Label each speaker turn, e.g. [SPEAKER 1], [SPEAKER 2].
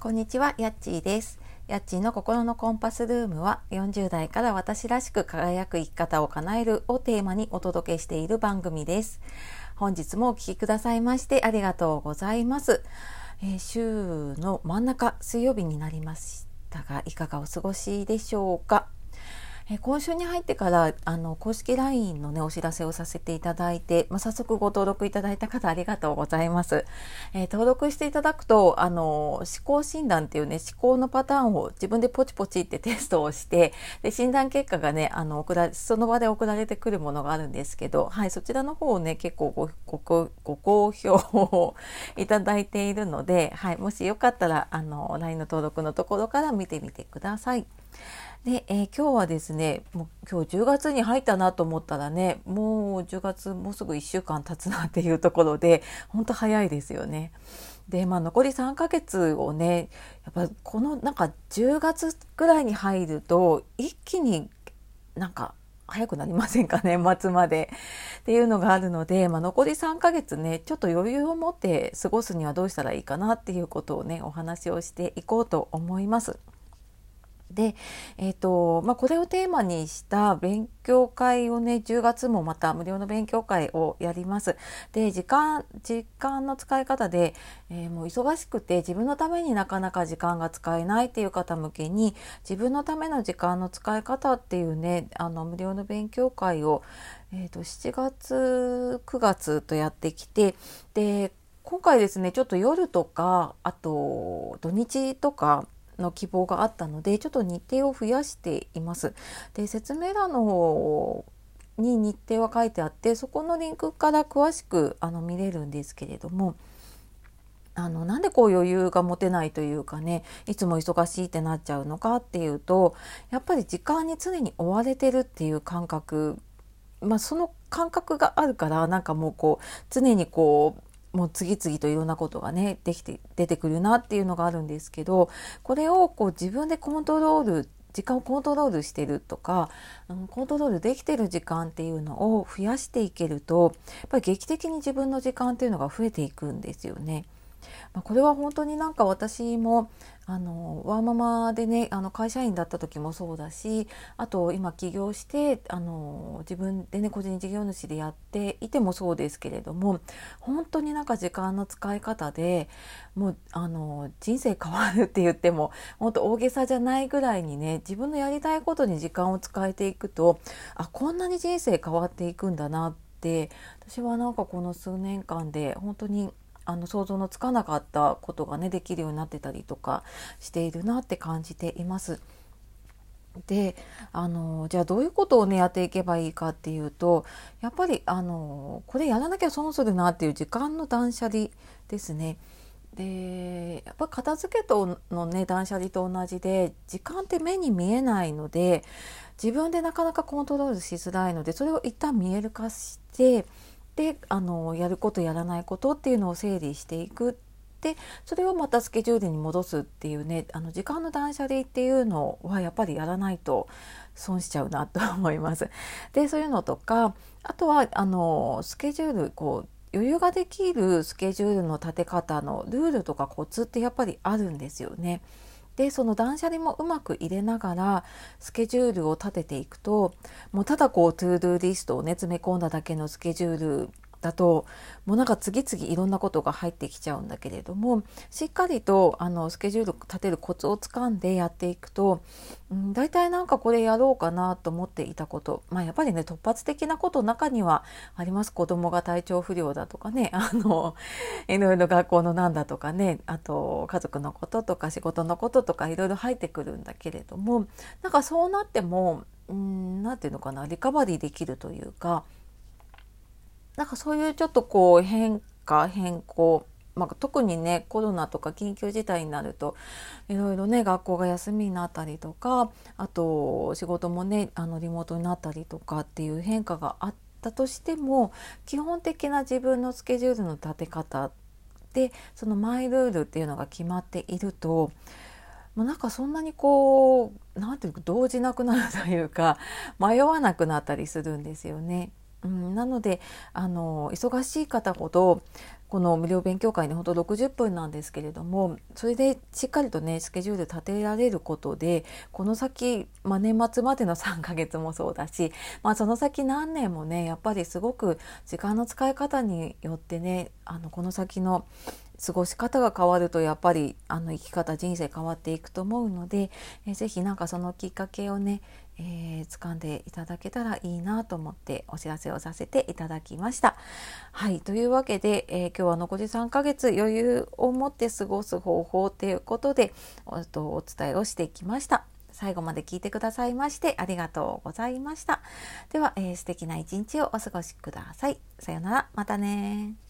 [SPEAKER 1] こんにちは、やっちーです。やっちーの心のコンパスルームは40代から私らしく輝く生き方を叶えるをテーマにお届けしている番組です。本日もお聞きくださいましてありがとうございます。週の真ん中水曜日になりましたがいかがお過ごしでしょうか。今週に入ってから公式 LINE のねお知らせをさせていただいて、早速ご登録いただいた方ありがとうございます。登録していただくと思考診断っていうね思考のパターンを自分でポチポチってテストをしてで診断結果がねその場で送られてくるものがあるんですけど、そちらの方をね結構ご好評をいただいているので、もしよかったらLINE の登録のところから見てみてください。で、今日はですね、もう今日10月に入ったなと思ったらね、もう10月もうすぐ1週間経つなっていうところで、本当早いですよね。で、残り3ヶ月をね、やっぱこの10月ぐらいに入ると一気に早くなりませんかね、末までっていうのがあるので、残り3ヶ月ね、ちょっと余裕を持って過ごすにはどうしたらいいかなっていうことをね、お話をしていこうと思います。で、これをテーマにした勉強会をね、10月もまた無料の勉強会をやります。で、時間の使い方で、もう忙しくて自分のためになかなか時間が使えないっていう方向けに、自分のための時間の使い方っていうね、無料の勉強会を、7月、9月とやってきて、で、今回ですね、ちょっと夜とか、あと土日とか、の希望があったのでちょっと日程を増やしています。で、説明欄の方に日程は書いてあってそこのリンクから詳しく見れるんですけれども、なんでこう余裕が持てないというかね、いつも忙しいってなっちゃうのかっていうと、やっぱり時間に常に追われてるっていう感覚、その感覚があるからもう常にもう次々といろんなことがね出てくるなっていうのがあるんですけど、これを自分で時間をコントロールしてるとか、コントロールできてる時間っていうのを増やしていけると、やっぱり劇的に自分の時間っていうのが増えていくんですよね。これは本当に私もワーママでね会社員だった時もそうだし、あと今起業して自分でね個人事業主でやっていてもそうですけれども、本当に時間の使い方でもう人生変わるって言っても本当大げさじゃないぐらいにね、自分のやりたいことに時間を使えていくと、こんなに人生変わっていくんだなって、私はこの数年間で本当に想像のつかなかったことがねできるようになってたりとかしているなって感じています。で、じゃあどういうことをねやっていけばいいかっていうと、やっぱりこれやらなきゃ損するなっていう時間の断捨離ですね。で、やっぱ片付けのね断捨離と同じで、時間って目に見えないので自分でなかなかコントロールしづらいので、それを一旦見える化してでやることやらないことっていうのを整理していく。でそれをまたスケジュールに戻すっていうね、時間の断捨離っていうのはやっぱりやらないと損しちゃうなと思います。でそういうのとか、あとはスケジュール余裕ができるスケジュールの立て方のルールとかコツってやっぱりあるんですよね。でその断捨離もうまく入れながらスケジュールを立てていくと、もうただトゥードゥーリストをね詰め込んだだけのスケジュールだと、もう次々いろんなことが入ってきちゃうんだけれども、しっかりとスケジュール立てるコツをつかんでやっていくと、だいたいこれやろうかなと思っていたこと、やっぱりね突発的なこと中にはあります。子供が体調不良だとかね、いろいろ学校のなんだとかね、あと家族のこととか仕事のこととかいろいろ入ってくるんだけれども、そうなってもなんていうのかな、リカバリーできるというか、そういうちょっと変更、特にねコロナとか緊急事態になるといろいろね学校が休みになったりとか、あと仕事もねリモートになったりとかっていう変化があったとしても、基本的な自分のスケジュールの立て方でそのマイルールっていうのが決まっていると、もうそんなになんていうか動じなくなるというか迷わなくなったりするんですよね。なので忙しい方ほどこの無料勉強会ね、ほんと60分なんですけれども、それでしっかりとねスケジュール立てられることで、この先、年末までの3ヶ月もそうだし、その先何年もね、やっぱりすごく時間の使い方によってね、この先の過ごし方が変わると、やっぱり生き方、人生変わっていくと思うので、ぜひなんかそのきっかけをね、掴んでいただけたらいいなと思ってお知らせをさせていただきました。はい、というわけで、今日は残り3ヶ月余裕を持って過ごす方法ということでお伝えをしてきました。最後まで聞いてくださいましてありがとうございました。では、素敵な一日をお過ごしください。さようなら、またね。